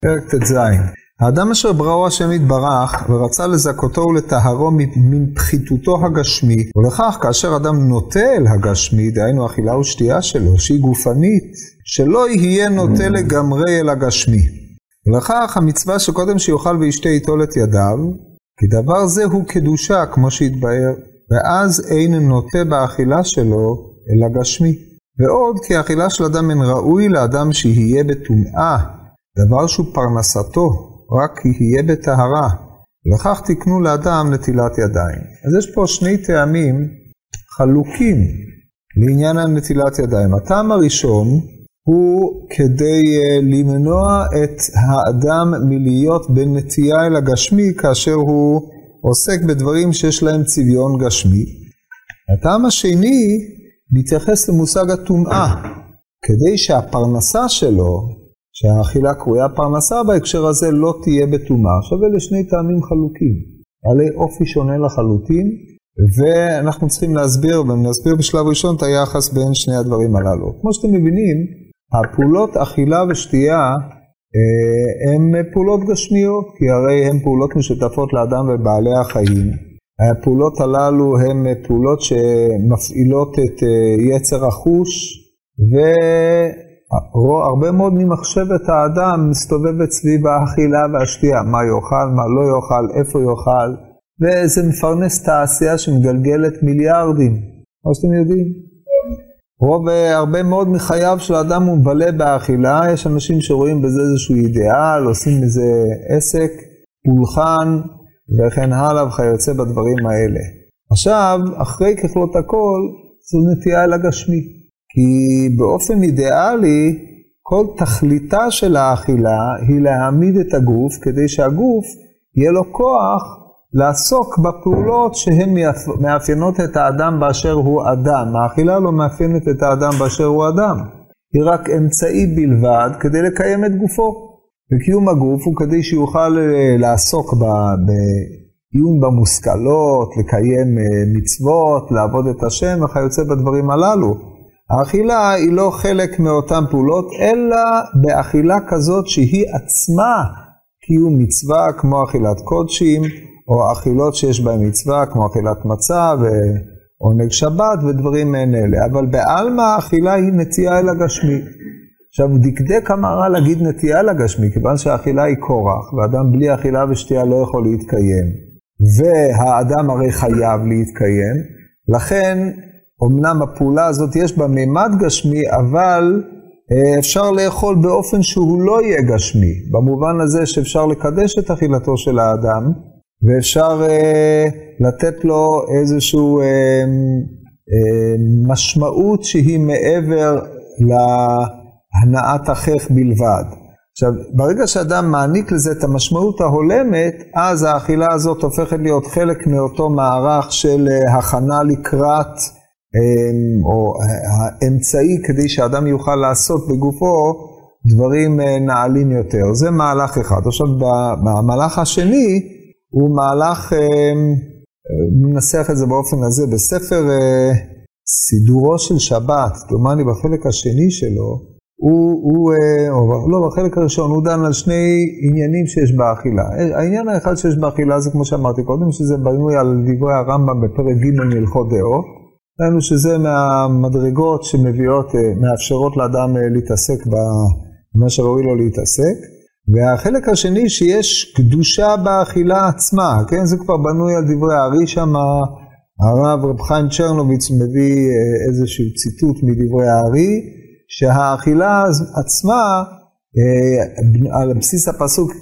פרק ט"ז. האדם אשר בראו השם יתברך ורצה לזכותו ולטהרו מפחיתותו הגשמית, ולכך כאשר אדם נוטה אל הגשמית, דהיינו אכילה ושתייה שלו, שהיא גופנית, שלא יהיה נוטה לגמרי אל הגשמי. ולכך המצווה שקודם שיוכל וישתה איתו את ידיו, כי דבר זה הוא קדושה כמו שהתבאר, ואז אין נוטה באכילה שלו אל הגשמי. ועוד כי האכילה של אדם אין ראוי לאדם שיהיה בטומאה, דבר שהוא פרנסתו, רק יהיה בטהרה. ולכך תקנו לאדם נטילת ידיים. אז יש פה שני טעמים חלוקים לעניין הנטילת ידיים. הטעם הראשון הוא כדי למנוע את האדם מלהיות בנטייה אל הגשמי כאשר הוא עוסק בדברים שיש להם צביון גשמי. הטעם השני מתייחס למושג הטומאה, כדי שהפרנסה שלו, שהאכילה קרויה פרנסה בהקשר הזה, לא תהיה בטומאה. עכשיו אלה שני טעמים חלוקים, עלי אופי שונה לחלוטין, ואנחנו צריכים להסביר, ונסביר בשלב ראשון את היחס בין שני הדברים הללו. כמו שאתם מבינים, הפעולות אכילה ושתייה הן פעולות גשמיות, כי הרי הן פעולות משותפות לאדם ובעלי החיים. הפעולות הללו הן פעולות שמפעילות את יצר החוש, והרבה מאוד ממחשבת האדם מסתובבת סביב האכילה והשתייה. מה יאכל, מה לא יאכל, איפה יאכל, וזה מפרנס תעשייה שמגלגלת מיליארדים. מה שאתם יודעים? הרבה מאוד מחייו של האדם הוא מבלה באכילה. יש אנשים שרואים בזה איזשהו אידיאל, עושים איזה עסק, פולחן, וכן הלאה וכיוצא בדברים האלה. עכשיו, אחרי ככלות הכל, זו נטייה אל הגשמי. כי באופן אידיאלי, כל תכליתה של האכילה היא להעמיד את הגוף, כדי שהגוף יהיה לו כוח לעסוק בפעולות שהן מאפיינות את האדם באשר הוא אדם. האכילה לא מאפיינת את האדם באשר הוא אדם. היא רק אמצעי בלבד כדי לקיים את גופו. וקיום הגוף הוא כדי שיוכל לעסוק בעיון במושכלות, לקיים מצוות, לעבוד את השם וכיוצא בדברים הללו. האכילה היא לא חלק מאותן פעולות, אלא באכילה כזאת שהיא עצמה קיום מצווה, כמו אכילת קודשים, או אכילות שיש בהן מצווה, כמו אכילת מצה ועונג שבת ודברים מעין אלה. אבל בעלמא האכילה היא נטייה אל הגשמי. עכשיו, דקדק המהר"ל להגיד נטייה אל הגשמי, כיוון שהאכילה היא כורח, ואדם בלי אכילה ושתייה לא יכול להתקיים, והאדם הרי חייב להתקיים, לכן, אמנם הפעולה הזאת יש בה מימד גשמי, אבל אפשר לאכול באופן שהוא לא יהיה גשמי, במובן הזה שאפשר לקדש את אכילתו של האדם, ואפשר לתת לו איזושהי משמעות שהיא מעבר להנאת החך בלבד. עכשיו, ברגע שאדם מעניק לזה את המשמעות ההולמת, אז האכילה הזאת הופכת להיות חלק מאותו מערך של הכנה לקראת, או האמצעי כדי שאדם יוכל לעשות בגופו דברים נעלים יותר. זה מהלך אחד. עכשיו, במהלך השני, הוא מהלך, מנסח את זה באופן הזה, בספר סידורו של שבת, דומני בחלק השני שלו, לא, בחלק הראשון הוא דן על שני עניינים שיש באכילה. העניין האחד שיש באכילה זה כמו שאמרתי קודם, שזה בנוי על דברי הרמב"ם בפרק ג' מהלכות דעות, ראינו שזה מהמדרגות שמביאות, מאפשרות לאדם להתעסק במה שראוי לו להתעסק. והחלק השני שיש קדושה באכילה עצמה, כן? זה כבר בנוי על דברי הארי שם, הרב רב חיים צ'רנוביץ מביא איזשהו ציטוט מדברי הארי, שהאכילה עצמה, על בסיס הפסוק,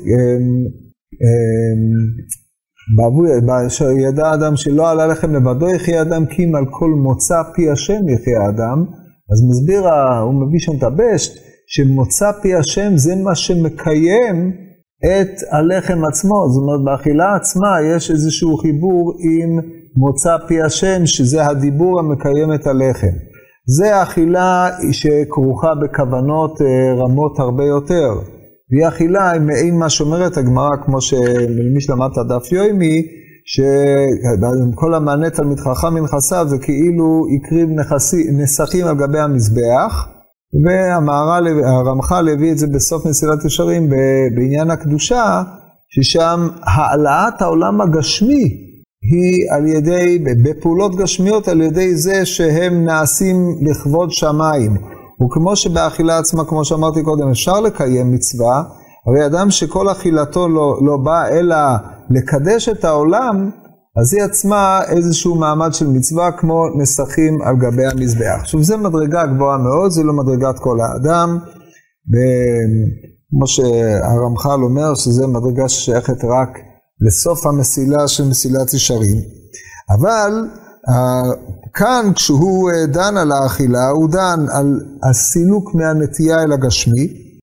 ידע אדם שלא עלה לכם לבדו יחיה אדם, כי אם על כל מוצא פי השם יחיה אדם. אז מסביר, הוא מביא שם את הבשט, שמוצא פי השם זה מה שמקיים את הלחם עצמו. זאת אומרת, באכילה עצמה יש איזשהו חיבור עם מוצא פי השם, שזה הדיבור המקיים את הלחם. זה אכילה שכרוכה בכוונות רמות הרבה יותר. והיא אכילה עם מעין מה שאומרת הגמרא, כמו שמי שלמד את הדף יומי, שכל המענה תלמיד חכם מנכסיו זה כאילו הקריב נסכים על גבי המזבח, והרמח"ל הביא את זה בסוף מסילת ישרים בעניין הקדושה, ששם העלאת העולם הגשמי היא על ידי, בפעולות גשמיות על ידי זה שהם נעשים לכבוד שמיים. וכמו שבאכילה עצמה, כמו שאמרתי קודם, אפשר לקיים מצווה, הרי אדם שכל אכילתו לא בא אלא לקדש את העולם, אז היא עצמה איזשהו מעמד של מצווה כמו נסכים על גבי המזבח. עכשיו זה מדרגה גבוהה מאוד, זה לא מדרגת כל האדם, כמו שהרמח"ל אומר שזה מדרגה ששייכת רק לסוף המסילה של מסילת ישרים. אבל כאן כשהוא דן על האכילה, הוא דן על הסילוק מהנטייה אל הגשמי,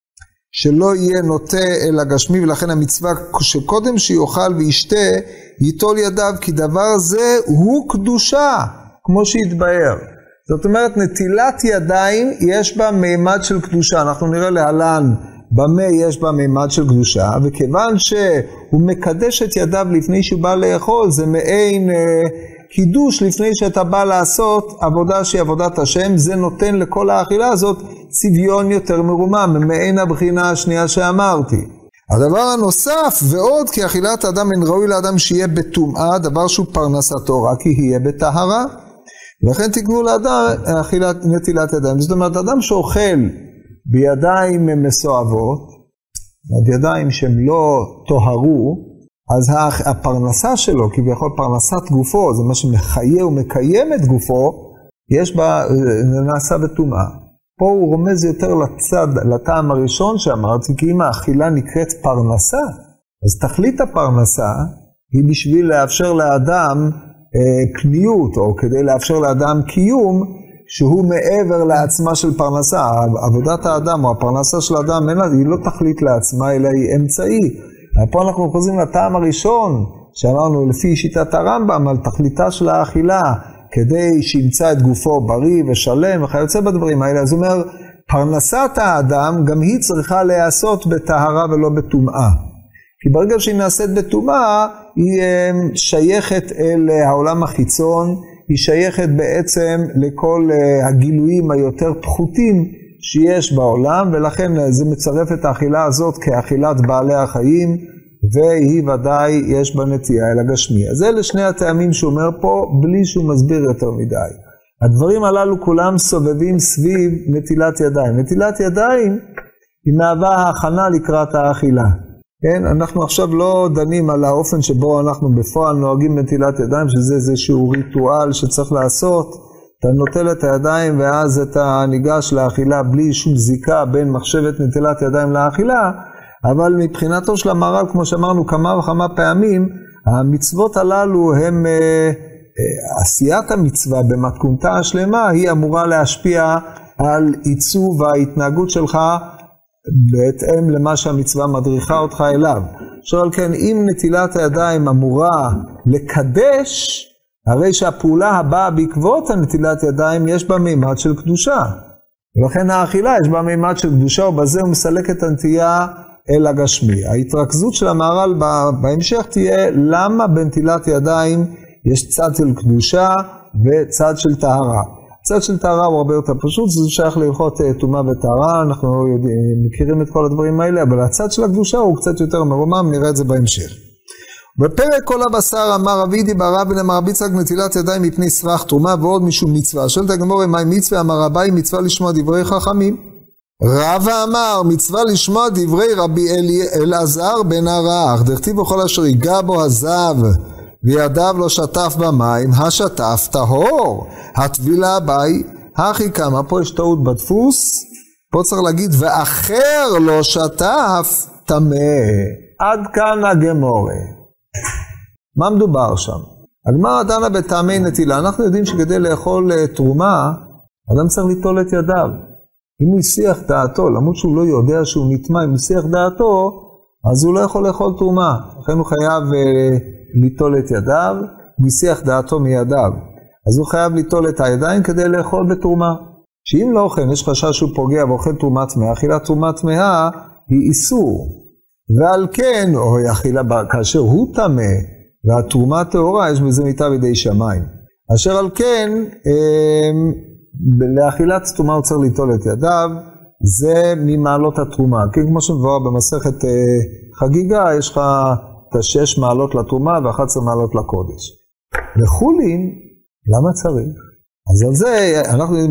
שלא יהיה נוטה אל הגשמי, ולכן המצווה שקודם שיאכל וישתה, ייטול ידיו, כי דבר זה הוא קדושה, כמו שהתבאר. זאת אומרת, נטילת ידיים יש בה מימד של קדושה. אנחנו נראה להלן במה יש בה מימד של קדושה, וכיוון שהוא מקדש את ידיו לפני שהוא בא לאכול, זה מעין קידוש לפני שאתה בא לעשות עבודה שהיא עבודת השם, זה נותן לכל האכילה הזאת צביון יותר מרומם, מעין הבחינה השנייה שאמרתי. הדבר הנוסף, ועוד כי אכילת האדם אין ראוי לאדם שיהיה בטומאה, דבר שהוא פרנסתו רק כי יהיה בטהרה, ולכן תקנו לאדם נטילת ידיים. זאת אומרת, אדם שאוכל בידיים מסואבות, בידיים שהם לא טהרו, אז הפרנסה שלו, כביכול פרנסת גופו, זה מה שמחיה ומקיים את גופו, יש בה, זה נעשה בטומאה. פה הוא רומז יותר לטעם הראשון שאמרתי, כי אם האכילה נקראת פרנסה, אז תכלית הפרנסה היא בשביל לאפשר לאדם קניות, או כדי לאפשר לאדם קיום, שהוא מעבר לעצמה של פרנסה. עבודת האדם או הפרנסה של האדם היא לא תכלית לעצמה, אלא היא אמצעי. פה אנחנו חוזרים לטעם הראשון, שאמרנו לפי שיטת הרמב"ם, על תכליתה של האכילה, כדי שימצא את גופו בריא ושלם וכיוצא בדברים האלה. אז הוא אומר, פרנסת האדם גם היא צריכה להיעשות בטהרה ולא בטומאה. כי ברגע שהיא נעשית בטומאה, היא שייכת אל העולם החיצון, היא שייכת בעצם לכל הגילויים היותר פחותים שיש בעולם, ולכן זה מצרף את האכילה הזאת כאכילת בעלי החיים, והיא ודאי יש בה נטייה אל הגשמי. אז אלה שני הטעמים שהוא אומר פה, בלי שהוא מסביר יותר מדי. הדברים הללו כולם סובבים סביב נטילת ידיים. נטילת ידיים היא מהווה ההכנה לקראת האכילה. כן? אנחנו עכשיו לא דנים על האופן שבו אנחנו בפועל נוהגים נטילת ידיים, שזה איזשהו ריטואל שצריך לעשות. אתה נוטל את הידיים ואז אתה ניגש לאכילה בלי שום זיקה בין מחשבת נטילת ידיים לאכילה, אבל מבחינתו של המהר"ל, כמו שאמרנו כמה וכמה פעמים, המצוות הללו הם, עשיית המצווה במתכונתה השלמה, היא אמורה להשפיע על עיצוב ההתנהגות שלך, בהתאם למה שהמצווה מדריכה אותך אליו. שעל כן, אם נטילת הידיים אמורה לקדש, הרי שהפעולה הבאה בעקבות הנטילת ידיים יש בה מימד של קדושה. ולכן האכילה יש בה מימד של קדושה, ובזה הוא מסלק את הנטייה אל הגשמי. ההתרכזות של המהר"ל בהמשך תהיה למה בנטילת ידיים יש צד של קדושה וצד של טהרה. הצד של טהרה הוא הרבה יותר פשוט, זה שייך להלכות טומאה וטהרה, אנחנו מכירים את כל הדברים האלה, אבל הצד של הקדושה הוא קצת יותר מרומם, נראה את זה בהמשך. בפרק כל הבשר אמר רבי דיבר רבי למר רבי יצחק נטילת ידיים מפני סרח תרומה ועוד משום מצווה. שואלת הגמרא מהי מצווה? אמר רבי מצווה לשמוע דברי חכמים. רבא אמר מצווה לשמוע דברי רבי אלעזר בן ערך, דכתיב בכל אשר ייגע בו הזב וידיו לא שטף במים, השטף טהור, הטבילה בי, הכי כמה, פה יש טעות בדפוס, פה צריך להגיד ואחר לא שטף טמא. עד כאן הגמרא. מה מדובר שם? הגמרא דנה בטעמי נטילה. אנחנו יודעים שכדי לאכול תרומה, אדם צריך ליטול את ידיו. אם הוא יסיח דעתו, למרות שהוא לא יודע שהוא נטמא, אם הוא יסיח דעתו, אז הוא לא יכול לאכול תרומה. לכן הוא חייב ליטול את ידיו, הוא יסיח דעתו מידיו. אז הוא חייב ליטול את הידיים כדי לאכול בתרומה. שאם לא אוכל, יש חשש שהוא פוגע ואוכל תרומה טמאה, אכילת תרומה טמאה היא איסור. ועל כן, או אכילה כאשר הוא טמא, והתרומה טהורה, יש בזה מיתה בידי שמיים. אשר על כן, לאכילת תרומה הוא צריך ליטול את ידיו, זה ממעלות התרומה. כי כמו שמבואר במסכת חגיגה, יש לך את 6 מעלות לתרומה ו11 מעלות לקודש. לחולין, למה צריך? אז על זה אנחנו יודעים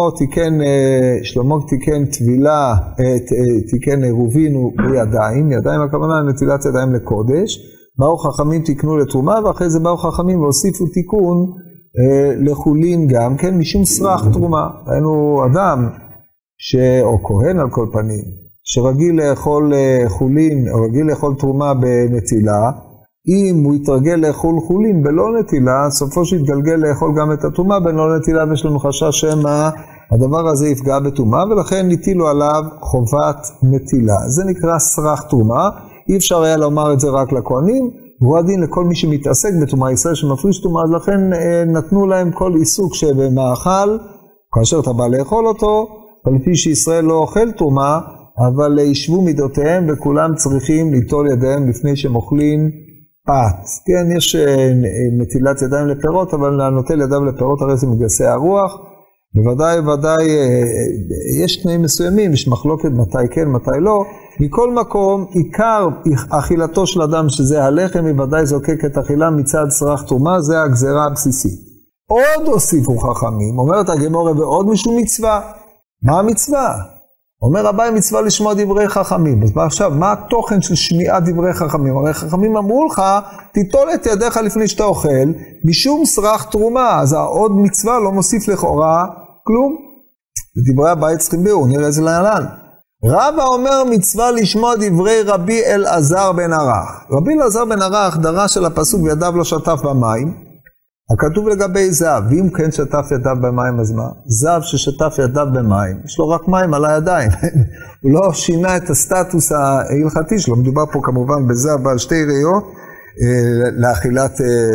שלמה תיקן טבילה, תיקן עירובין בידיים, ידיים הכוונה נטילת ידיים לקודש, באו חכמים תיקנו לתרומה, ואחרי זה באו חכמים והוסיפו תיקון לחולין גם כן, משום סרח תרומה. היינו אדם, או כהן על כל פנים, שרגיל לאכול חולין, או רגיל לאכול תרומה בנטילה, אם הוא יתרגל לאכול חולין בלא נטילה, סופו שיתגלגל לאכול גם את התרומה בלא נטילה, ויש לנו חשש שמה הדבר הזה יפגע בתרומה, ולכן ניטילו עליו חובת נטילה. זה נקרא סרח תרומה, אי אפשר היה לומר את זה רק לכהנים, והוא הדין לכל מי שמתעסק בתרומה ישראל שמפריש תרומה, אז לכן נתנו להם כל עיסוק שבמאכל, כאשר אתה בא לאכול אותו, על פי שישראל לא אוכל תרומה, אבל ישבו מידותיהם וכולם צריכים ליטול ידיהם לפני שהם אוכלים פת. כן, יש נטילת ידיים לפירות, אבל נוטל ידיו לפירות הרי זה מגסי הרוח. בוודאי יש תנאים מסוימים, יש מחלוקת מתי כן, מתי לא. מכל מקום, עיקר אכילתו של אדם, שזה הלחם, בוודאי זוקק את אכילה מצד סרח תרומה, זה הגזרה הבסיסית. עוד הוסיפו חכמים, אומרת הגמורה, ועוד משום מצווה. מה המצווה? אומר רבי מצווה לשמוע דברי חכמים. אז עכשיו, מה התוכן של שמיעת דברי חכמים? הרי חכמים אמרו לך, תיטול את ידיך לפני שאתה אוכל, משום סרח תרומה. אז העוד מצווה לא מוסיף לכאורה כלום. דברי הבית צריכים ביאור, נראה איזה להלן. רבא אומר מצווה לשמוע דברי רבי אלעזר בן ערך. רבי אלעזר בן ערך דרש של הפסוק וידיו לא שטף במים. הכתוב לגבי זהב, ואם כן שטף ידיו במים אז מה? זהב ששטף ידיו במים, יש לו רק מים על הידיים. הוא לא שינה את הסטטוס ההלכתי שלו, מדובר פה כמובן בזהב בעל 2 ראיות, לאכילת,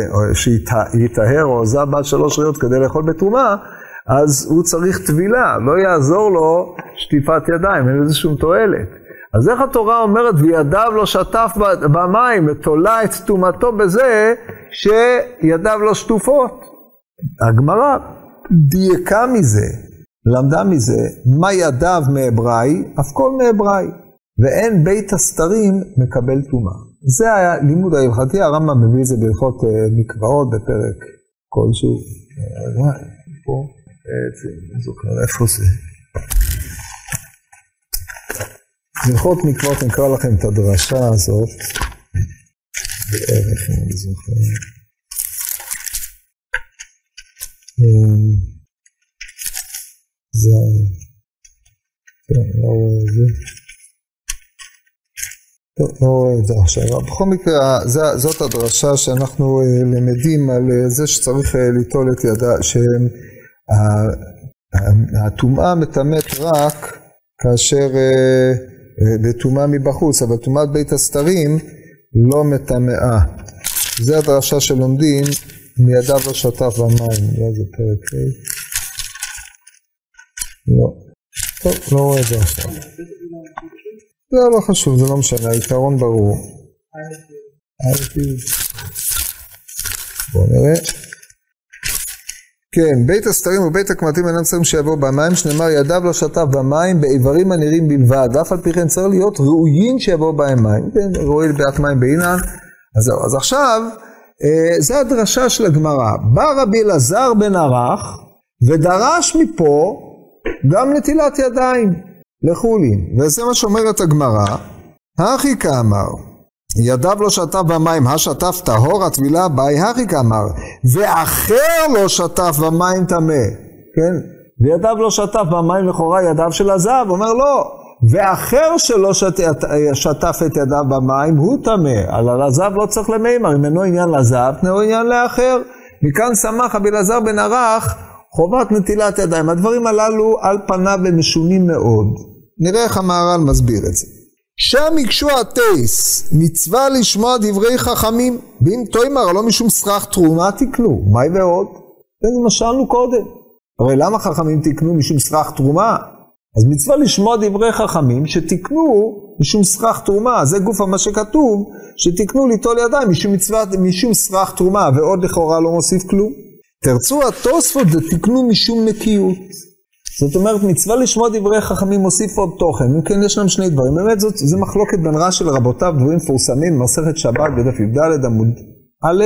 שיטהר או זהב בעל 3 ראיות כדי לאכול בתרומה, אז הוא צריך טבילה, לא יעזור לו שטיפת ידיים, אין לזה שום תועלת. אז איך התורה אומרת, וידיו לא שטף במים, ותולה את תומתו בזה, שידיו לא שטופות? הגמרא דייקה מזה, למדה מזה, מה ידיו מעבראי, אף כל מעבראי, ואין בית הסתרים מקבל תומה. זה היה לימוד ההלכתי, הרמב"ם מביא את זה בהלכות מקוואות בפרק כלשהו. פה, איפה זה? בהלכות מקוואות נקרא לכם את הדרשה הזאת, בערך אני זוכר. זה, לא רואה את זה. לא רואה את זה עכשיו. בכל מקרה, זאת הדרשה שאנחנו למדים על זה שצריך ליטול את ידה, שהטומאה מטמאת רק כאשר בטומאה מבחוץ, אבל טומאת בית הסתרים לא מטמאה. זה הדרשה שלומדים, מידיו לא שטף במים. איזה פרק? לא. טוב, לא רואה את זה עכשיו. זה לא חשוב, זה לא משנה, העיקרון ברור. בואו נראה. כן, בית הסתרים ובית הקמטים אינם צריכים שיבואו במים, שנאמר ידיו לא שטף במים, באיברים הנראים בלבד, ואף על פי כן צריך להיות ראויים שיבואו בהם מים. ראוי לבעט מים בעינן. אז עכשיו, זה הדרשה של הגמרא. בא רבי אלעזר בן ערך, ודרש מפה גם נטילת ידיים לחולין. וזה מה שאומרת הגמרא, הכי כאמר, ידיו לא שטף במים, השטף טהור, הטבילה באי הכי כאמר, ואחר לא שטף במים טמא, כן? וידיו לא שטף במים לכאורה ידיו של הזהב, אומר לא, ואחר שלא שטף את ידיו במים הוא טמא, על הזהב לא צריך למימר, אם אינו עניין לזהב, אינו עניין לאחר. מכאן שמח רבי אלעזר בן ערך חובת נטילת ידיים. הדברים הללו על פניו הם משונים מאוד. נראה איך המהר"ל מסביר את זה. שם יקשו התייס, מצווה לשמוע דברי חכמים, ואם תאמר לא משום סרח תרומה תקנו, מהי ועוד? זה משלנו קודם. הרי למה חכמים תקנו משום סרח תרומה? אז מצווה לשמוע דברי חכמים שתקנו משום סרח תרומה, זה גוף מה שכתוב, שתקנו ליטול ידיים משום סרח תרומה, ועוד לכאורה לא מוסיף כלום. תרצו התוספות ותקנו משום נקיות. זאת אומרת, מצווה לשמוע דברי חכמים מוסיף עוד תוכן. אם כן, יש להם שני דברים. באמת, זה מחלוקת בין רש"י לרבותיו, דברים מפורסמים, מסכת שבת בדף י"ד עמוד א',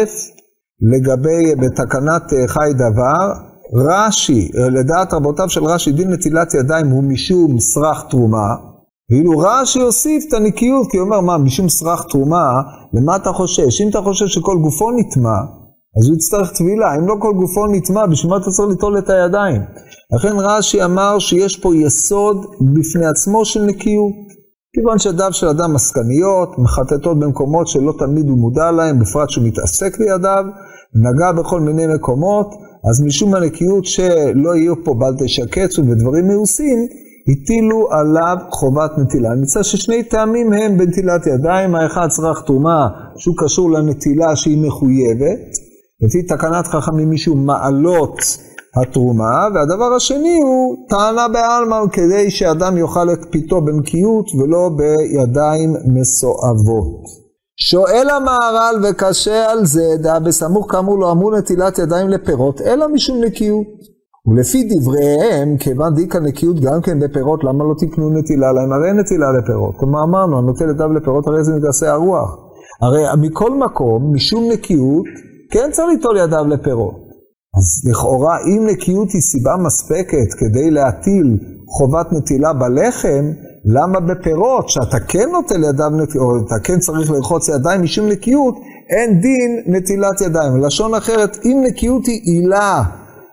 לגבי בתקנת חי דבר, רש"י, לדעת רבותיו של רש"י, דין נטילת ידיים הוא משום סרח תרומה, ואילו רש"י הוסיף את הנקיות, כי הוא אומר, מה, משום סרח תרומה, למה אתה חושש? אם אתה חושש שכל גופו נטמע, אז הוא יצטרך טבילה. אם לא כל גופו נטמע, בשביל מה אתה צריך ליטול את הידיים? לכן רש"י אמר שיש פה יסוד בפני עצמו של נקיות. כיוון שידיו של אדם מסקניות, מחטטות במקומות שלא תמיד הוא מודע להם, בפרט שהוא מתעסק בידיו, נגע בכל מיני מקומות, אז משום הנקיות שלא יהיו פה בל תשקצו ודברים מעושים, הטילו עליו חובת נטילה. נמצא ששני טעמים הם בנטילת ידיים, האחד סרח תרומה שהוא קשור לנטילה שהיא מחויבת, לפי תקנת חכמים מישהו מעלות התרומה, והדבר השני הוא טענה בעלמא כדי שאדם יאכל את פיתו בנקיות ולא בידיים מסועבות. שואל המהר"ל וקשה על זה, דעה בסמוך כאמור לא אמרו נטילת ידיים לפירות, אלא משום נקיות. ולפי דבריהם, כיוון דיקה נקיות גם כן בפירות, למה לא תקנו נטילה להם? הרי נטילה לפירות. כלומר אמרנו, הנוטל ידיו לפירות, הרי זה מגסי הרוח. הרי מכל מקום, משום נקיות, כן צריך ליטול ידיו לפירות. אז לכאורה, אם נקיות היא סיבה מספקת כדי להטיל חובת נטילה בלחם, למה בפירות, שאתה כן נוטל ידיו, או אתה כן צריך לרחוץ ידיים משום נקיות, אין דין נטילת ידיים. לשון אחרת, אם נקיות היא עילה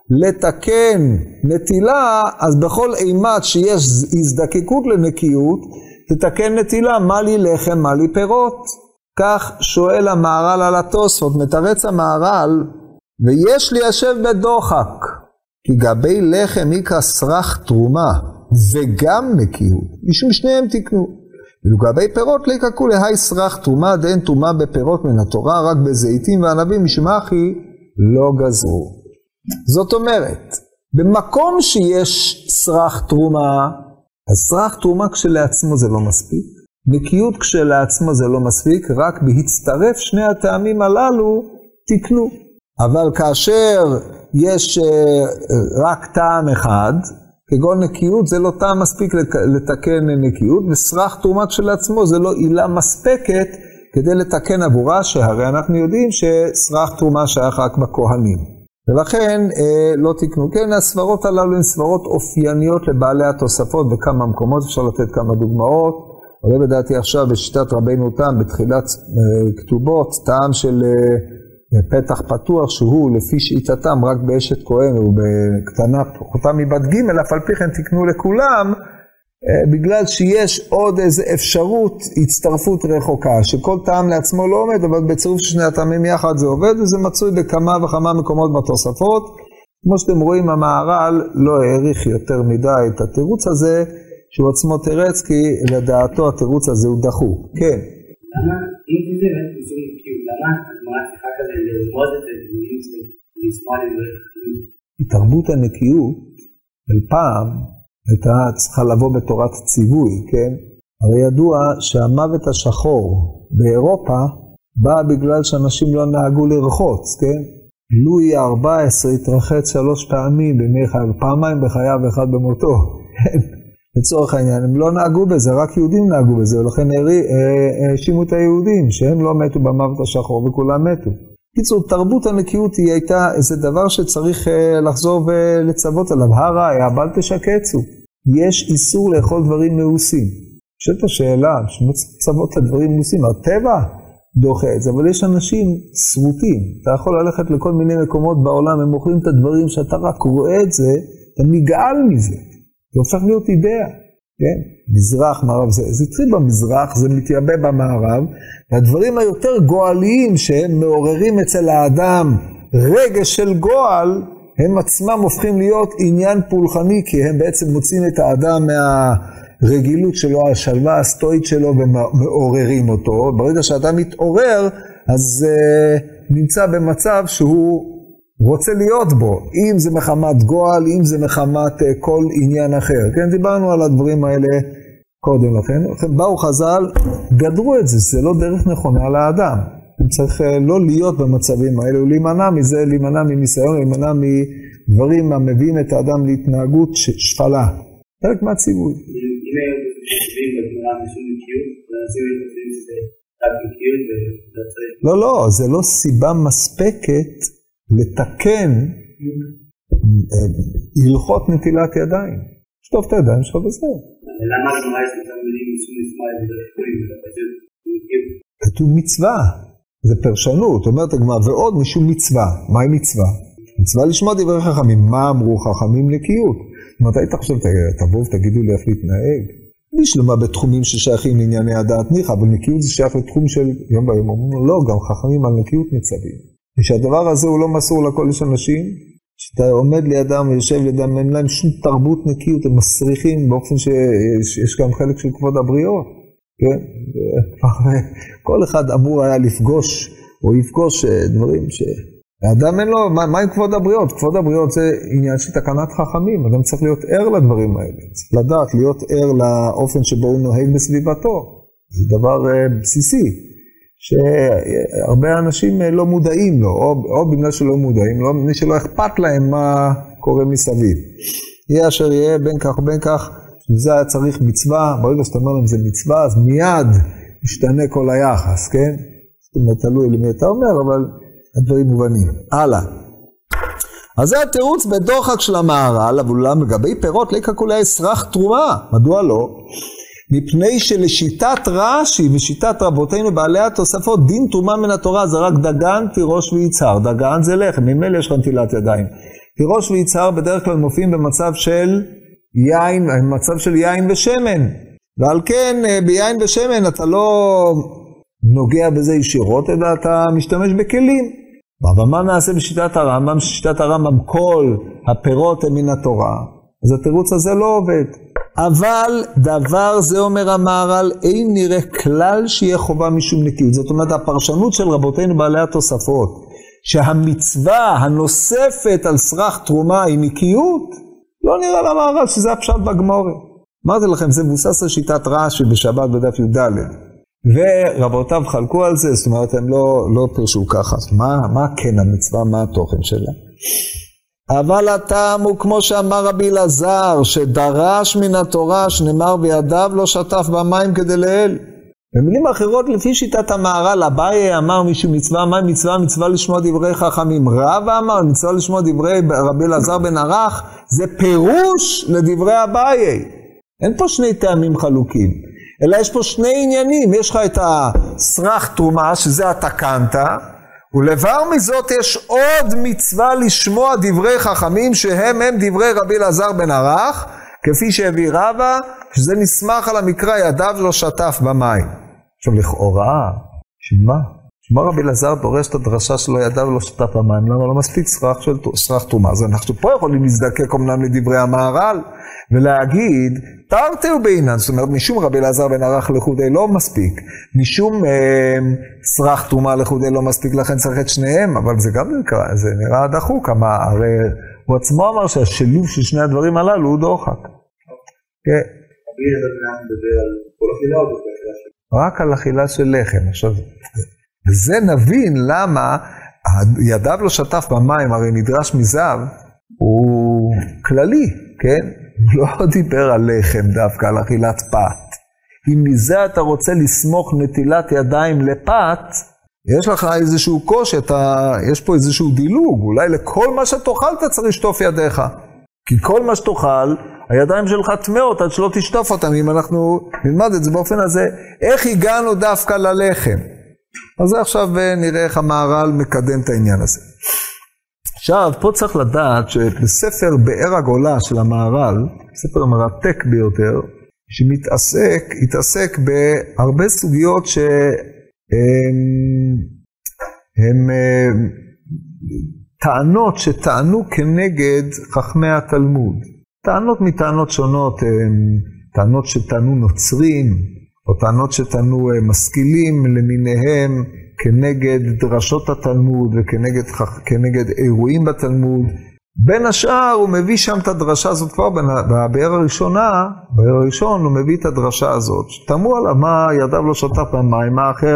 לתקן נטילה, אז בכל אימת שיש הזדקקות לנקיות, תתקן נטילה, מה לי לחם, מה לי פירות. כך שואל המהר"ל על התוספות, מתרץ המהר"ל, ויש ליישב בדוחק, כי גבי לחם יקרא סרח תרומה, וגם נקיות, משום שניהם תקנו. ולגבי פירות ליקקו להי סרח תרומה, דאין תרומה בפירות מן התורה, רק בזיתים וענבים משמחי לא גזרו. זאת אומרת, במקום שיש סרח תרומה, אז סרח תרומה כשלעצמו זה לא מספיק, נקיות כשלעצמו זה לא מספיק, רק בהצטרף שני הטעמים הללו תקנו. אבל כאשר יש רק טעם אחד, כגון נקיות, זה לא טעם מספיק לתקן נקיות, וסרח תרומה כשלעצמו זה לא עילה מספקת כדי לתקן עבורה, שהרי אנחנו יודעים שסרח תרומה שייך רק בכהנים. ולכן לא תקנו. כן, הסברות הללו הן סברות אופייניות לבעלי התוספות בכמה מקומות, אפשר לתת כמה דוגמאות. עולה בדעתי עכשיו בשיטת רבינו תם, בתחילת כתובות, טעם של פתח פתוח, שהוא לפי שיטתם רק באשת כהן ובקטנה פחותה מבת ג', אף על פי כן תקנו לכולם, בגלל שיש עוד איזו אפשרות הצטרפות רחוקה, שכל טעם לעצמו לא עומד, אבל בצירוף שני הטעמים יחד זה עובד, וזה מצוי בכמה וכמה מקומות בתוספות. כמו שאתם רואים, המהר"ל לא העריך יותר מדי את התירוץ הזה, שהוא עצמו תרץ, כי לדעתו התירוץ הזה הוא דחוק. כן. למה, אם זה משום נקיות, למה הגמרא צריכה כזה לרמוז את זה, ולשמוע לדברי חכמים? תרבות הנקיות, אל פעם, הייתה צריכה לבוא בתורת ציווי, כן? הרי ידוע שהמוות השחור באירופה בא בגלל שאנשים לא נהגו לרחוץ, כן? לואי ה-14 התרחץ 3 פעמים בימי חייו, פעמיים בחייו ואחד במותו. לצורך העניין, הם לא נהגו בזה, רק יהודים נהגו בזה, ולכן האשימו את היהודים שהם לא מתו במוות השחור וכולם מתו. קיצור, תרבות הנקיות היא הייתה איזה דבר שצריך לחזור ולצוות עליו. הראיה, בל תשקצו. יש איסור לאכול דברים מעושים. שאת השאלה, שמצוות לדברים מעושים, הטבע דוחה את זה, אבל יש אנשים שרוטים. אתה יכול ללכת לכל מיני מקומות בעולם, הם מוכרים את הדברים שאתה רק רואה את זה, אתה נגעל מזה. זה הופך להיות אידאה. כן? מזרח, מערב, זה התחיל במזרח, זה מתייבא במערב, והדברים היותר גואליים שהם מעוררים אצל האדם רגש של גואל, הם עצמם הופכים להיות עניין פולחני, כי הם בעצם מוצאים את האדם מהרגילות שלו, השלווה הסטואית שלו, ומעוררים אותו. ברגע שאדם מתעורר, אז נמצא במצב שהוא רוצה להיות בו, אם זה מחמת גואל, אם זה מחמת כל עניין אחר. כן, דיברנו על הדברים האלה קודם לכן. באו חז"ל, גדרו את זה, זה לא דרך נכונה לאדם. צריך לא להיות במצבים האלה, להימנע מזה, להימנע מניסיון, להימנע מדברים המביאים את האדם להתנהגות שפלה. חלק מהציווי. אם היום חושבים בגמרא משום נקיות, ונשים את חושבים שזה רק נקיות וצריך... לא, זה לא סיבה מספקת לתקן הלכות נטילת ידיים. שטוף את הידיים שלך וזהו. למה הגמרא יש יותר מילים משום נשמע את זה חורים, זה פשוט נקיות? כתוב מצווה, זה פרשנות, אומרת הגמרא, ועוד משום מצווה. מהי מצווה? מצווה לשמוע דברי חכמים. מה אמרו חכמים? נקיות. מתי אתה חושב, תבואו ותגידו לי איך להתנהג? בשלמה בתחומים ששייכים לענייני הדעת ניחא, אבל נקיות זה שייך לתחום של יום ביום. אומרים לא, גם חכמים על נקיות מצווים. ושהדבר הזה הוא לא מסור לכל יש אנשים, שאתה עומד לידם ויושב לידם, אין להם שום תרבות נקיות, הם מסריחים באופן שיש גם חלק של כבוד הבריות. כן? כל אחד אמור היה לפגוש, או יפגוש דברים האדם אין לו, מה עם כבוד הבריות? כבוד הבריות זה עניין של תקנת חכמים, אדם צריך להיות ער לדברים האלה, צריך לדעת, להיות ער לאופן שבו הוא נוהג בסביבתו. זה דבר בסיסי, שהרבה אנשים לא מודעים לו, או בגלל שלא מודעים לו, בגלל שלא אכפת להם מה קורה מסביב. יהיה אשר יהיה בין כך ובין כך, שזה היה צריך מצווה, ברגע שאתה אומר להם זה מצווה, אז מיד משתנה כל היחס, כן? זאת אומרת, תלוי למי אתה אומר, אבל... הדברים מובנים. הלאה. אז זה התירוץ בדוחק של המהר"ל, אבל אולם לגבי פירות לא יקקו סרח תרומה. מדוע לא? מפני שלשיטת רש"י ושיטת רבותינו בעלי התוספות, דין תרומה מן התורה זה רק דגן, תירוש ויצהר. דגן זה לחם, ממילא יש לך נטילת ידיים. תירוש ויצהר בדרך כלל מופיעים במצב של יין, במצב של יין ושמן. ועל כן ביין ושמן אתה לא נוגע בזה ישירות, אלא אתה משתמש בכלים. אבל מה נעשה בשיטת הרמב"ם? בשיטת הרמב"ם כל הפירות הם מן התורה. אז התירוץ הזה לא עובד. אבל דבר זה אומר המהר"ל, אין נראה כלל שיהיה חובה משום נקיות. זאת אומרת, הפרשנות של רבותינו בעלי התוספות, שהמצווה הנוספת על סרח תרומה היא נקיות, לא נראה למהר"ל שזה הפשט בגמרא. אמרתי לכם, זה מבוסס על שיטת רש"י בשבת בדף י"ד. ורבותיו חלקו על זה, זאת אומרת, הם לא פרשו ככה. מה כן המצווה, מה התוכן שלה? אבל הטעם הוא כמו שאמר רבי אלעזר, שדרש מן התורה שנאמר בידיו לא שטף במים כדי לאל. במילים אחרות, לפי שיטת המהר"ל, אביי אמר מישהו מצווה, מה מצווה? מצווה לשמוע דברי חכמים. רבא אמר, מצווה לשמוע דברי רבי אלעזר בן ערך, זה פירוש לדברי אביי. אין פה שני טעמים חלוקים. אלא יש פה שני עניינים, יש לך את הסרח תרומה, שזה התקנת, ולבר מזאת יש עוד מצווה לשמוע דברי חכמים, שהם דברי רבי אלעזר בן ערך, כפי שהביא רבא, שזה נסמך על המקרא ידיו לא שטף במים. עכשיו לכאורה, שמה רבי אלעזר דורש את הדרשה שלו ידיו לא שטף במים? למה לא מספיק סרח תרומה? אז אנחנו פה יכולים להזדקק אומנם לדברי המהר"ל, ולהגיד, תרתהו בעינן, זאת אומרת, משום רבי אלעזר בן ערך לחודי לא מספיק, משום סרח תרומה לחודי לא מספיק, לכן צריך את שניהם, אבל זה גם זה נראה דחוק, הרי הוא עצמו אמר שהשילוב של שני הדברים הללו הוא דוחק. כן. רבי אלעזר בן ערך מדבר על כל אכילה או באכילה של? רק על אכילה של לחם. עכשיו, וזה נבין למה ידיו לא שטף במים, הרי נדרש מזהב, הוא כללי, כן? הוא לא דיבר על לחם דווקא, על אכילת פת. אם מזה אתה רוצה לסמוך נטילת ידיים לפת, יש לך איזשהו קושי, יש פה איזשהו דילוג, אולי לכל מה שתאכל אתה צריך לשטוף ידיך. כי כל מה שתאכל, הידיים שלך טמאות עד שלא תשטוף אותם, אם אנחנו נלמד את זה באופן הזה, איך הגענו דווקא ללחם? אז עכשיו נראה איך המהר"ל מקדם את העניין הזה. עכשיו, פה צריך לדעת שבספר באר הגולה של המהר"ל, ספר מרתק ביותר, התעסק בהרבה סוגיות שהן טענות שטענו כנגד חכמי התלמוד. טענות מטענות שונות, טענות שטענו נוצרים, או טענות שטענו משכילים למיניהם, כנגד דרשות התלמוד וכנגד אירועים בתלמוד. בין השאר הוא מביא שם את הדרשה הזאת כבר בבאר הראשונה, באר הראשון הוא מביא את הדרשה הזאת. שתמו עליו מה ידיו לא שטף במים, מה אחר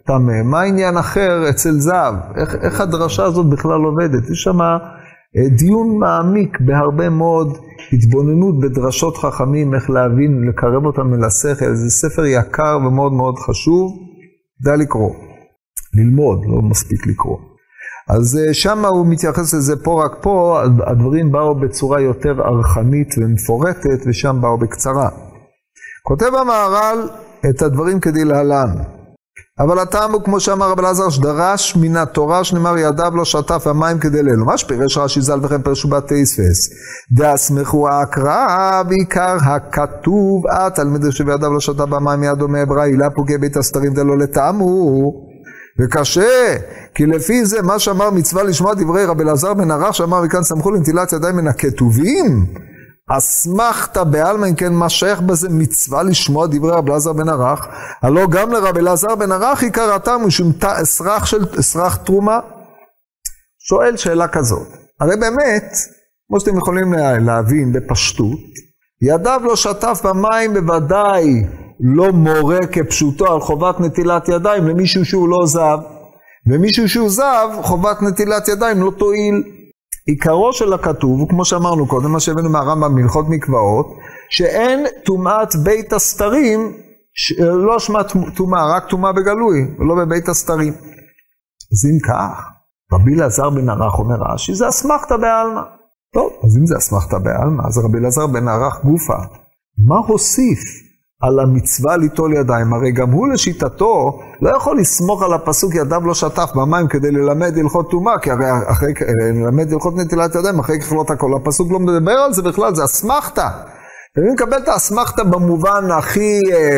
טמא. מה העניין אחר אצל זהב? איך הדרשה הזאת בכלל עובדת? יש שם דיון מעמיק בהרבה מאוד התבוננות בדרשות חכמים, איך להבין, לקרב אותם אל השכל. זה ספר יקר ומאוד מאוד חשוב, כדאי לקרוא. ללמוד, לא מספיק לקרוא. אז שם הוא מתייחס לזה פה, רק פה הדברים באו בצורה יותר ארכנית ומפורטת, ושם באו בקצרה. כותב המהר"ל את הדברים כדי להלן. אבל הטעם הוא כמו שאמר רבי אלעזר שדרש מן התורה שנאמר ידיו לא שטף המים כדי לאלו. מה שפירש רש"י ז"ל וכן פרשו בתוספות. דאסמכו ההקרא בעיקר הכתוב התלמיד שבידיו לא שטף במים ידו מעברה לא פוגע בית הסתרים דלא לטעמו. וקשה, כי לפי זה מה שאמר מצווה לשמוע דברי רבי אלעזר בן ערך שאמר מכאן סמכו לנטילת ידיים מן הכתובים. אסמכת בעלמא, אם כן מה שייך בזה מצווה לשמוע דברי רבי אלעזר בן ערך? הלא גם לרבי אלעזר בן ערך עיקר הטעם משום אסרח תרומה. שואל שאלה כזאת, הרי באמת כמו שאתם יכולים להבין בפשטות, ידיו לא שטף במים בוודאי לא מורה כפשוטו על חובת נטילת ידיים למישהו שהוא לא זב, ומישהו שהוא זב חובת נטילת ידיים לא תועיל. עיקרו של הכתוב, כמו שאמרנו קודם, מה שהבאנו מהרמב"ם בהלכות מקוואות, שאין טומאת בית הסתרים, לא שמה טומאה, רק טומאה בגלוי, ולא בבית הסתרים. אז אם כך, רבי אלעזר בן ערך אומר רש"י, זה אסמכתא בעלמא. טוב, אז אם זה אסמכתא בעלמא, אז רבי אלעזר בן ערך גופה. מה הוסיף על המצווה ליטול ידיים? הרי גם הוא לשיטתו לא יכול לסמוך על הפסוק ידיו לא שטף במים כדי ללמד הלכות טומאה, כי הרי אחרי ללמד הלכות נטילת ידיים אחרי ככלות הכל, הפסוק לא מדבר על זה בכלל, זה אסמכתא. ואם נקבל את האסמכתא במובן הכי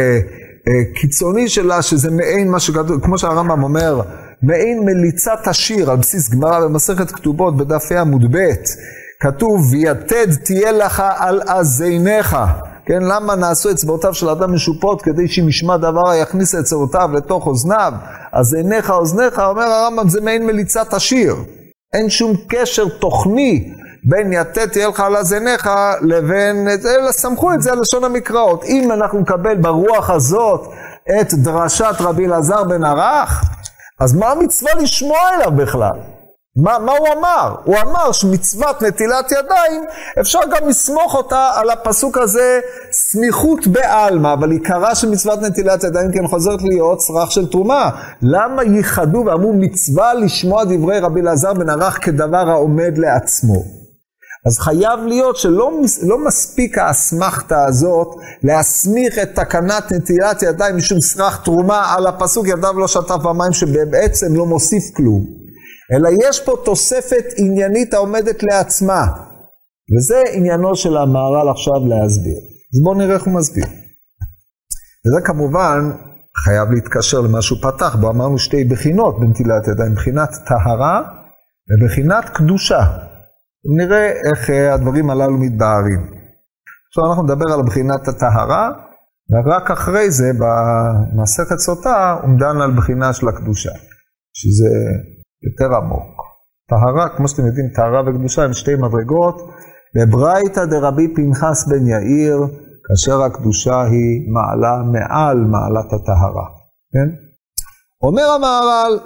קיצוני שלה, שזה מעין מה שכתוב, כמו שהרמב"ם אומר, מעין מליצת השיר על בסיס גמרא במסכת כתובות בדף עמוד ב', כתוב ויתד תהיה לך על אזניך. כן, למה נעשו אצבעותיו של אדם משופות? כדי שאם ישמע דבר יכניס אצבעותיו לתוך אוזניו. אז עיניך אוזניך, אומר הרמב"ם, זה מעין מליצת השיר. אין שום קשר תוכני בין יתד תהיה לך על אזניך לבין, אלא סמכו את זה על לשון המקראות. אם אנחנו נקבל ברוח הזאת את דרשת רבי אלעזר בן ערך, אז מה המצווה לשמוע אליו בכלל? מה הוא אמר? הוא אמר שמצוות נטילת ידיים אפשר גם לסמוך אותה על הפסוק הזה סמיכות בעלמא, אבל עיקרה של מצוות נטילת ידיים כן חוזרת להיות צרך של תרומה. למה ייחדו ואמרו מצווה לשמוע דברי רבי אלעזר בן ערך כדבר העומד לעצמו? אז חייב להיות שלא מספיק האסמכתא הזאת להסמיך את תקנת נטילת ידיים משום צרך תרומה על הפסוק ידיו לא שטף במים שבעצם לא מוסיף כלום, אלא יש פה תוספת עניינית העומדת לעצמה, וזה עניינו של המהר"ל עכשיו להסביר. אז בואו נראה איך הוא מסביר. וזה כמובן חייב להתקשר למה שהוא פתח בו. אמרנו שתי בחינות בנטילת ידיים, בחינת טהרה ובחינת קדושה. נראה איך הדברים הללו מתבהרים. עכשיו אנחנו נדבר על בחינת הטהרה, ורק אחרי זה במסכת סוטה הוא מדן על בחינה של הקדושה, שזה יותר עמוק. טהרה, כמו שאתם יודעים, טהרה וקדושה הם שתי מדרגות. בברייתא דרבי פנחס בן יאיר, כאשר הקדושה היא מעלה מעל מעלת הטהרה. כן? אומר המהר"ל,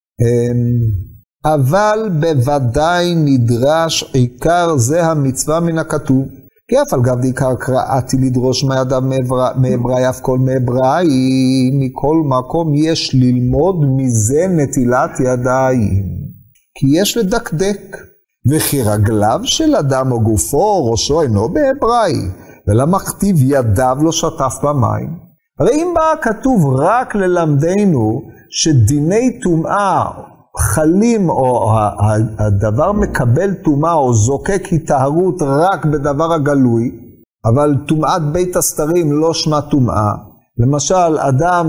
אבל בוודאי נדרש עיקר זה המצווה מן הכתוב. כי אף על גב דעיקר קראתי לדרוש מהידיו מעברי אף כל מעברי, מכל מקום יש ללמוד מזה נטילת ידיים. כי יש לדקדק, וכי רגליו של אדם או גופו ראשו אינו בעברי, ולמה כתיב ידיו לא שטף במים? הרי אם בא כתוב רק ללמדנו שדיני טומאה חלים, או הדבר מקבל טומאה או זוקק היטהרות רק בדבר הגלוי, אבל טומאת בית הסתרים לא שמה טומאה. למשל, אדם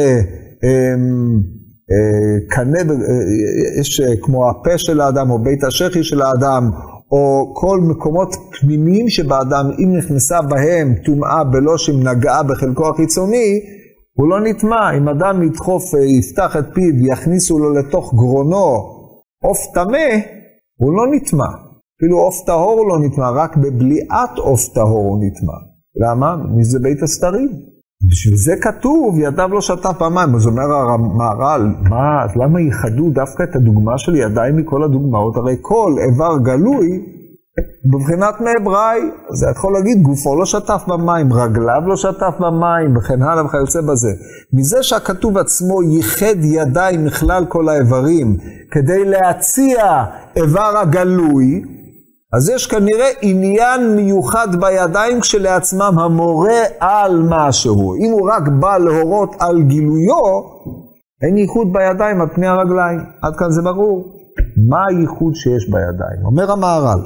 שקנה, יש כמו הפה של האדם או בית השחי של האדם, או כל מקומות פנימיים שבאדם, אם נכנסה בהם טומאה בלא שנגעה בחלקו החיצוני, הוא לא נטמא. אם אדם ידחוף, יפתח את פיו, יכניסו לו לתוך גרונו עוף טמא, הוא לא נטמא. אפילו עוף טהור הוא לא נטמא, רק בבליעת עוף טהור הוא נטמא. למה? מזה בית הסתרים. בשביל זה כתוב, ידיו לא שטף במים. אז אומר המהר"ל, למה ייחדו דווקא את הדוגמה של ידיים מכל הדוגמאות? הרי כל איבר גלוי, בבחינת מעברי, אז אתה יכול להגיד, גופו לא שטף במים, רגליו לא שטף במים, וכן הלאה וכיוצא בזה. מזה שהכתוב עצמו ייחד ידיים מכלל כל האיברים, כדי להציע איבר הגלוי, אז יש כנראה עניין מיוחד בידיים כשלעצמם המורה על משהו. אם הוא רק בא להורות על גילויו, אין ייחוד בידיים על פני הרגליים. עד כאן זה ברור. מה הייחוד שיש בידיים? אומר המהר"ל,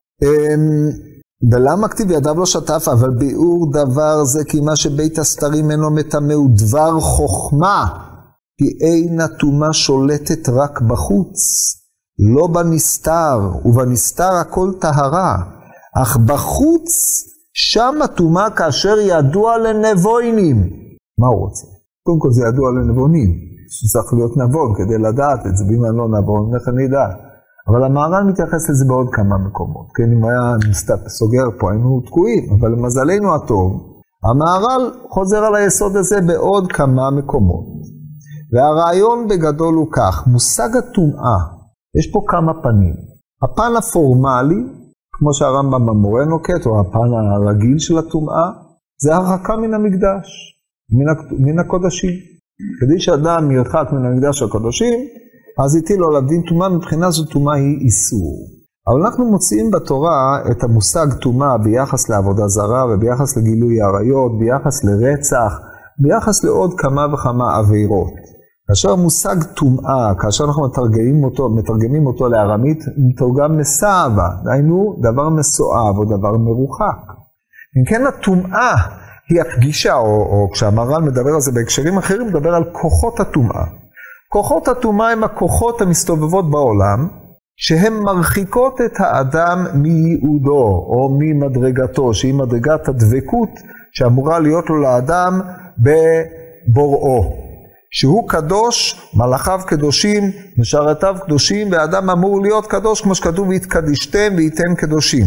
ולמה כתיב ידיו לא שטף? אבל ביאור דבר זה כי מה שבית הסתרים אינו מטמא הוא דבר חוכמה, כי אין הטומאה שולטת רק בחוץ, לא בנסתר, ובנסתר הכל טהרה, אך בחוץ שם הטומאה כאשר ידוע לנבוינים. מה הוא רוצה? קודם כל זה ידוע לנבונים, שצריך להיות נבון כדי לדעת את זה, ואם אני לא נבון, איך אני אדע? אבל המהר"ל מתייחס לזה בעוד כמה מקומות, כן, אם היה סוגר פה, היינו תקועים, אבל למזלנו הטוב, המהר"ל חוזר על היסוד הזה בעוד כמה מקומות. והרעיון בגדול הוא כך, מושג הטומאה, יש פה כמה פנים. הפן הפורמלי, כמו שהרמב"ם במורה נוקט, או הפן הרגיל של הטומאה, זה הרחקה מן המקדש, מן הקודשים. כדי שאדם ירחק מן המקדש הקודשים, אז הטיל לו לדין טומאה, מבחינה זו טומאה היא איסור. אבל אנחנו מוצאים בתורה את המושג טומאה ביחס לעבודה זרה, וביחס לגילוי עריות, ביחס לרצח, ביחס לעוד כמה וכמה עבירות. כאשר המושג טומאה, כאשר אנחנו מתרגמים אותו לארמית, מתורגם מסעבה, דהיינו דבר מסועב או דבר מרוחק. אם כן הטומאה היא הפגישה, או כשהמהר"ל מדבר על זה בהקשרים אחרים, מדבר על כוחות הטומאה. כוחות הטומאה הם הכוחות המסתובבות בעולם, שהן מרחיקות את האדם מייעודו או ממדרגתו, שהיא מדרגת הדבקות שאמורה להיות לו לאדם בבוראו. שהוא קדוש, מלאכיו קדושים, משרתיו קדושים, והאדם אמור להיות קדוש כמו שכתוב, והתקדישתם והייתם קדושים.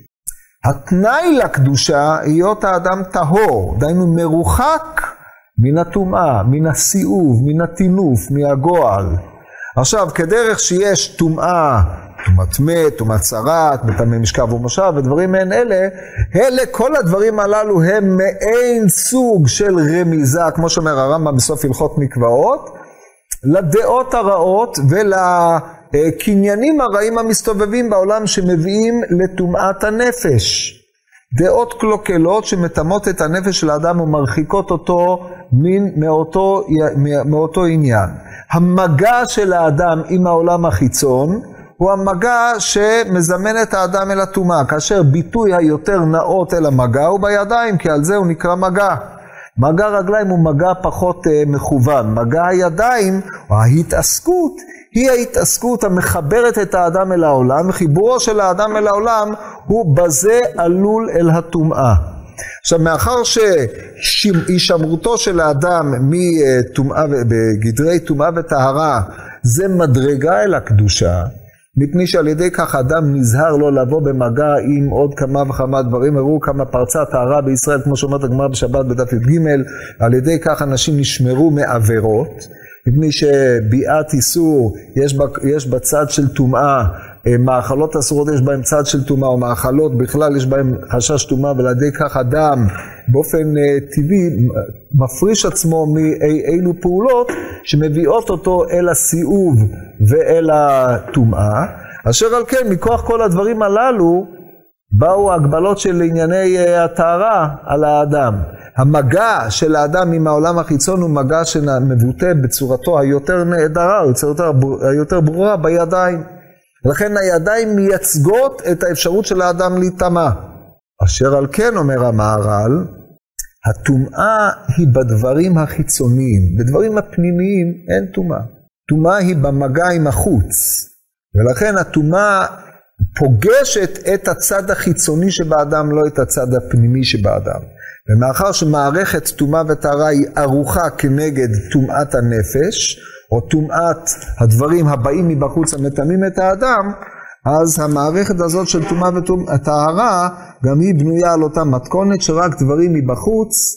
התנאי לקדושה, היות האדם טהור, דהיינו מרוחק מן הטומאה, מן הסיאוב, מן הטינוף, מהגועל. עכשיו, כדרך שיש טומאה, טומאת מת, טומאת צרת, מטמא משכב ומושב ודברים מעין אלה, כל הדברים הללו הם מעין סוג של רמיזה, כמו שאומר הרמב"ם בסוף הלכות מקוואות, לדעות הרעות ולקניינים הרעים המסתובבים בעולם שמביאים לטומאת הנפש. דעות קלוקלות שמטמאות את הנפש של האדם ומרחיקות אותו מאותו עניין. המגע של האדם עם העולם החיצון הוא המגע שמזמן את האדם אל הטומאה, כאשר ביטוי היותר נאות אל המגע הוא בידיים, כי על זה הוא נקרא מגע. מגע רגליים הוא מגע פחות מכוון. מגע הידיים, או ההתעסקות, היא ההתעסקות המחברת את האדם אל העולם, וחיבורו של האדם אל העולם הוא בזה עלול אל הטומאה. עכשיו, מאחר שהישמרותו של האדם בגדרי טומאה וטהרה, זה מדרגה אל הקדושה, מפני שעל ידי כך האדם נזהר לא לבוא במגע עם עוד כמה וכמה דברים. הראו כמה פרצה טהרה בישראל, כמו שאומרת הגמרא בשבת בדף י"ג, על ידי כך אנשים נשמרו מעבירות, מפני שביאת איסור יש בצד של טומאה, מאכלות אסורות יש בהם צד של טומאה, או מאכלות בכלל יש בהם חשש טומאה, ועל ידי כך אדם באופן טבעי מפריש עצמו מאילו פעולות שמביאות אותו אל הסיאוב ואל הטומאה, אשר על כן מכוח כל הדברים הללו באו הגבלות של ענייני הטהרה על האדם. המגע של האדם עם העולם החיצון הוא מגע שמבוטא בצורתו היותר נהדרה, או בצורתו היותר ברורה בידיים. לכן הידיים מייצגות את האפשרות של האדם להיטמא. אשר על כן אומר המהר"ל, הטומאה היא בדברים החיצוניים, בדברים הפנימיים אין טומאה. טומאה היא במגע עם החוץ, ולכן הטומאה פוגשת את הצד החיצוני שבאדם, לא את הצד הפנימי שבאדם. ומאחר שמערכת טומאה וטהרה היא ערוכה כנגד טומאת הנפש, או טומאת הדברים הבאים מבחוץ המטמאים את האדם, אז המערכת הזאת של טומאה וטהרה גם היא בנויה על אותה מתכונת, שרק דברים מבחוץ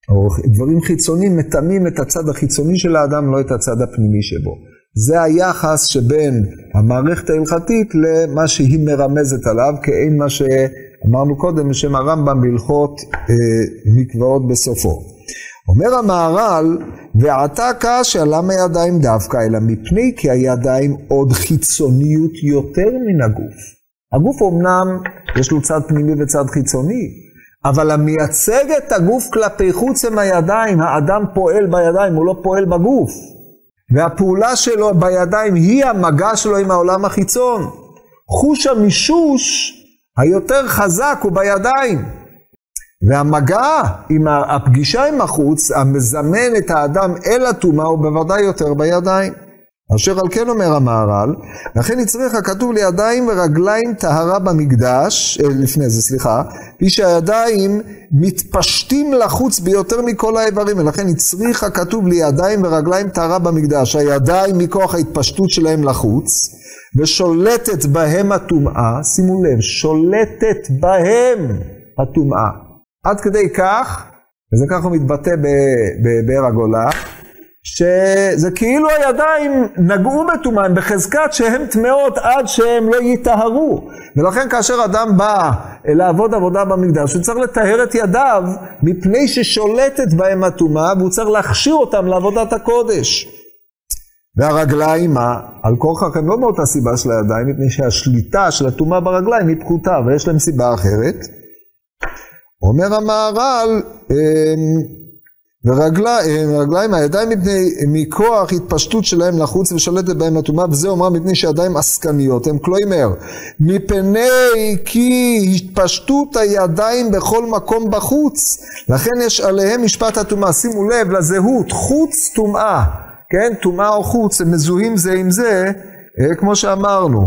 דברים חיצוניים מטמאים את הצד החיצוני של האדם, לא את הצד הפנימי שבו. זה היחס שבין המערכת ההלכתית למה שהיא מרמזת עליו, כאין מה שאמרנו קודם בשם הרמב"ם בהלכות מקוואות בסופו. אומר המהר"ל, ועתה קשה למה ידיים דווקא, אלא מפני כי הידיים עוד חיצוניות יותר מן הגוף. הגוף אומנם יש לו צד פנימי וצד חיצוני, אבל המייצג את הגוף כלפי חוץ הם הידיים. האדם פועל בידיים, הוא לא פועל בגוף. והפעולה שלו בידיים היא המגע שלו עם העולם החיצון. חוש המישוש היותר חזק הוא בידיים. והמגע, הפגישה עם החוץ, המזמן את האדם אל הטומאה, הוא בוודאי יותר בידיים. אשר על כן אומר המהר"ל, לכן יצריך הכתוב לידיים ורגליים טהרה במקדש, לפי שהידיים מתפשטים לחוץ ביותר מכל האיברים, ולכן יצריך הכתוב לידיים ורגליים טהרה במקדש. הידיים מכוח ההתפשטות שלהם לחוץ, ושולטת בהם הטומאה, שימו לב, שולטת בהם הטומאה. עד כדי כך, וזה ככה מתבטא בבאר הגולה, שזה כאילו הידיים נגעו בטומאה, הם בחזקת שהם טמאות עד שהם לא יטהרו. ולכן כאשר אדם בא לעבוד עבודה במקדש, הוא צריך לטהר את ידיו מפני ששולטת בהם הטומאה, והוא צריך להכשיר אותם לעבודת הקודש. והרגליים, על כורכם הם לא מאותה סיבה של הידיים, מפני שהשליטה של הטומאה ברגליים היא פחותה, ויש להם סיבה אחרת. אומר המהר"ל, ורגליים, הידיים מכוח התפשטות שלהם לחוץ ושולטת בהם הטומאה, וזה אומר מפני שהידיים עסקניות, הם כלומר, מפני כי התפשטות הידיים בכל מקום בחוץ, לכן יש עליהם משפט הטומאה. שימו לב לזהות, חוץ טומאה, כן, טומאה או חוץ, הם מזוהים זה עם זה, כמו שאמרנו.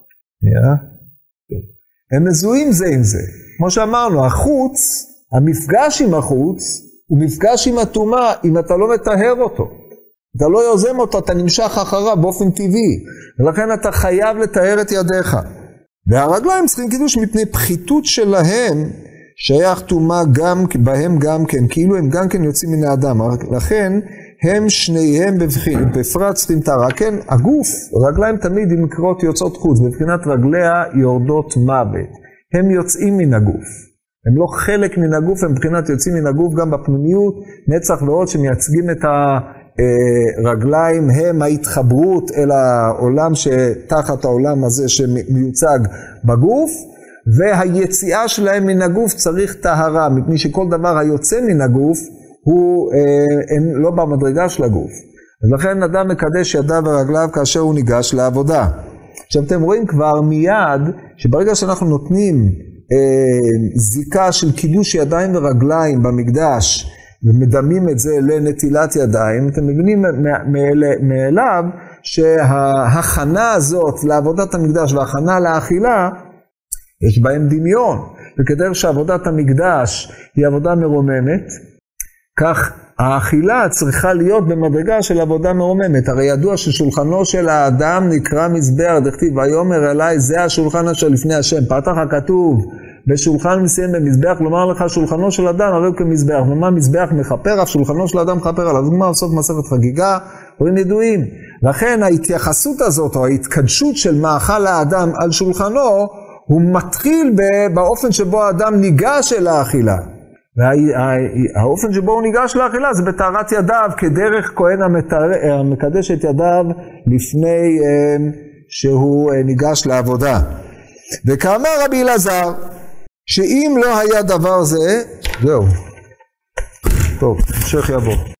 הם מזוהים זה עם זה. כמו שאמרנו, החוץ, המפגש עם החוץ, הוא מפגש עם הטומאה, אם אתה לא מטהר אותו. אתה לא יוזם אותו, אתה נמשך אחריו באופן טבעי. ולכן אתה חייב לטהר את ידיך. והרגליים צריכים קידוש מפני פחיתות שלהם, שייך טומאה בהם גם כן, כאילו הם גם כן יוצאים מן האדם. לכן הם שניהם בפרט צריכים טהרה. כן, הגוף, רגליים תמיד עם מקרות יוצאות חוץ, בבחינת רגליה יורדות מוות. הם יוצאים מן הגוף. הם לא חלק מן הגוף, הם מבחינת יוצאים מן הגוף גם בפנימיות, נצח ועוד שמייצגים את הרגליים, הם ההתחברות אל העולם שתחת העולם הזה שמיוצג בגוף, והיציאה שלהם מן הגוף צריך טהרה, מפני שכל דבר היוצא מן הגוף הוא לא במדרגה של הגוף. ולכן אדם מקדש ידיו ורגליו כאשר הוא ניגש לעבודה. עכשיו אתם רואים כבר מיד שברגע שאנחנו נותנים זיקה של קידוש ידיים ורגליים במקדש ומדמים את זה לנטילת ידיים, אתם מבינים מאליו שההכנה הזאת לעבודת המקדש וההכנה לאכילה יש בהם דמיון, וכדרך שעבודת המקדש היא עבודה מרוממת, כך האכילה צריכה להיות במדרגה של עבודה מרוממת. הרי ידוע ששולחנו של האדם נקרא מזבח, דכתיב ויאמר אליי זה השולחן אשר לפני השם. פתח הכתוב בשולחן מסיים במזבח, כלומר לך שולחנו של אדם הרי הוא כמזבח. כלומר מזבח מכפר, אף שולחנו של האדם מכפר עליו. זאת אומרת סוף מסכת חגיגה, דברים ידועים. לכן ההתייחסות הזאת או ההתקדשות של מאכל האדם על שולחנו הוא מתחיל באופן שבו האדם ניגש אל האכילה. והאופן שבו הוא ניגש לאכילה זה בטהרת ידיו, כדרך כהן המקדש את ידיו לפני שהוא ניגש לעבודה. וכאמר רבי אלעזר, שאם לא היה דבר זה, זהו. טוב, המשך יבוא.